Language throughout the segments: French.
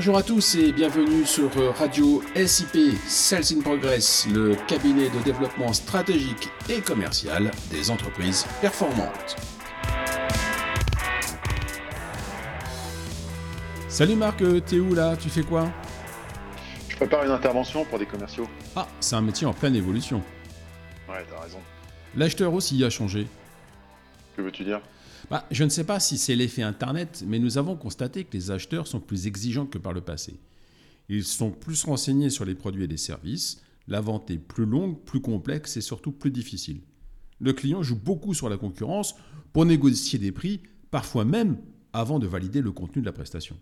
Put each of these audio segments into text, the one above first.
Bonjour à tous et bienvenue sur Radio SIP, Sales in Progress, le cabinet de développement stratégique et commercial des entreprises performantes. Salut Marc, t'es où là? Tu fais quoi? Je prépare une intervention pour des commerciaux. Ah, c'est un métier en pleine évolution. Ouais, t'as raison. L'acheteur aussi a changé. Que veux-tu dire? Je ne sais pas si c'est l'effet Internet, mais nous avons constaté que les acheteurs sont plus exigeants que par le passé. Ils sont plus renseignés sur les produits et les services, la vente est plus longue, plus complexe et surtout plus difficile. Le client joue beaucoup sur la concurrence pour négocier des prix, parfois même avant de valider le contenu de la prestation.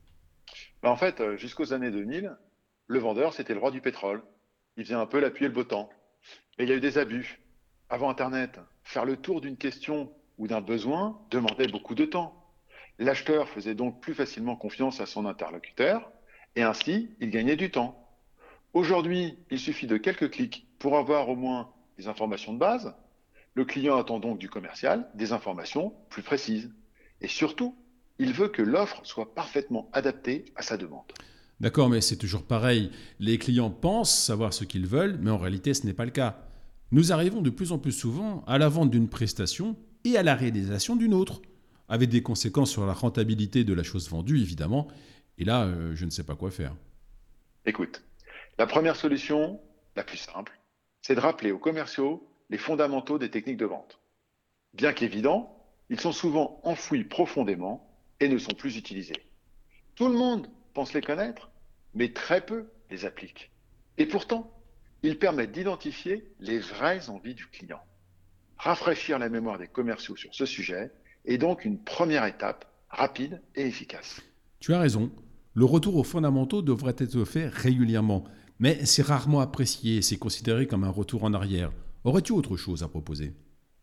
En fait, jusqu'aux années 2000, le vendeur, c'était le roi du pétrole. Il faisait un peu l'appui et le beau temps. Mais il y a eu des abus. Avant Internet, faire le tour d'une question ou d'un besoin demandait beaucoup de temps. L'acheteur faisait donc plus facilement confiance à son interlocuteur et ainsi, il gagnait du temps. Aujourd'hui, il suffit de quelques clics pour avoir au moins des informations de base. Le client attend donc du commercial des informations plus précises. Et surtout, il veut que l'offre soit parfaitement adaptée à sa demande. D'accord, mais c'est toujours pareil. Les clients pensent savoir ce qu'ils veulent, mais en réalité, ce n'est pas le cas. Nous arrivons de plus en plus souvent à la vente d'une prestation et à la réalisation d'une autre, avec des conséquences sur la rentabilité de la chose vendue, évidemment. Et là, je ne sais pas quoi faire. Écoute, la première solution, la plus simple, c'est de rappeler aux commerciaux les fondamentaux des techniques de vente. Bien qu'évidents, ils sont souvent enfouis profondément et ne sont plus utilisés. Tout le monde pense les connaître, mais très peu les appliquent. Et pourtant, ils permettent d'identifier les vraies envies du client. Rafraîchir la mémoire des commerciaux sur ce sujet est donc une première étape rapide et efficace. Tu as raison, le retour aux fondamentaux devrait être fait régulièrement, mais c'est rarement apprécié, c'est considéré comme un retour en arrière. Aurais-tu autre chose à proposer?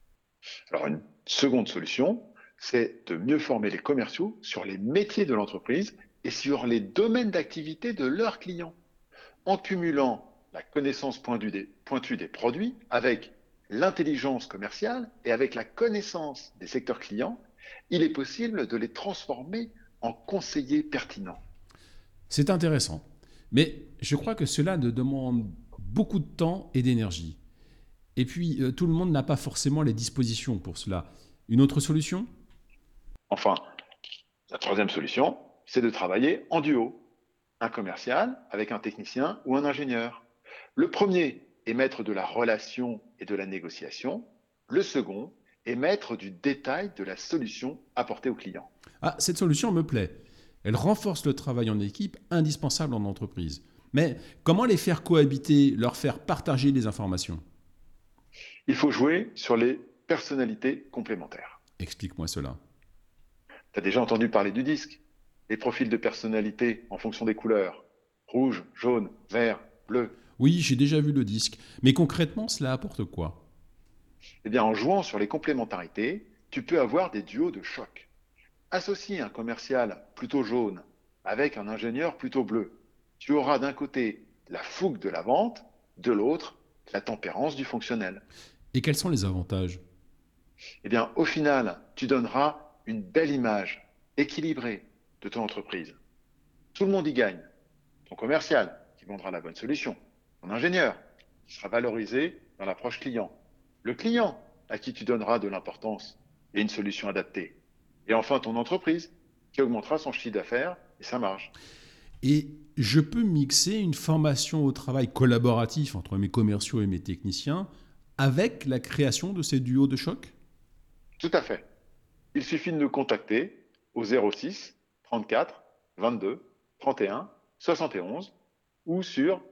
Alors une seconde solution, c'est de mieux former les commerciaux sur les métiers de l'entreprise et sur les domaines d'activité de leurs clients, en cumulant la connaissance pointue des produits avec l'intelligence commerciale et avec la connaissance des secteurs clients, il est possible de les transformer en conseillers pertinents. C'est intéressant, mais je crois que cela ne demande beaucoup de temps et d'énergie. Et puis, tout le monde n'a pas forcément les dispositions pour cela. Une autre solution? Enfin, la troisième solution, c'est de travailler en duo, un commercial avec un technicien ou un ingénieur. Le premier est maître de la relation et de la négociation, le second est maître du détail de la solution apportée au client. Ah, cette solution me plaît. Elle renforce le travail en équipe, indispensable en entreprise. Mais comment les faire cohabiter, leur faire partager des informations? Il faut jouer sur les personnalités complémentaires. Explique-moi cela. Tu as déjà entendu parler du disque, les profils de personnalité en fonction des couleurs, rouge, jaune, vert, bleu. Oui, j'ai déjà vu le disque, mais concrètement, cela apporte quoi? Eh bien, en jouant sur les complémentarités, tu peux avoir des duos de choc. Associe un commercial plutôt jaune avec un ingénieur plutôt bleu. Tu auras d'un côté la fougue de la vente, de l'autre la tempérance du fonctionnel. Et quels sont les avantages? Eh bien, au final, tu donneras une belle image équilibrée de ton entreprise. Tout le monde y gagne. Ton commercial qui vendra la bonne solution, ton ingénieur qui sera valorisé dans l'approche client, le client à qui tu donneras de l'importance et une solution adaptée, et enfin ton entreprise qui augmentera son chiffre d'affaires et sa marge. Et je peux mixer une formation au travail collaboratif entre mes commerciaux et mes techniciens avec la création de ces duos de choc? Tout à fait. Il suffit de nous contacter au 06 34 22 31 71 ou sur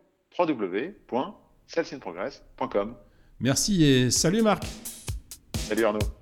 www.salesinprogress.com. Merci et salut Marc! Salut Arnaud.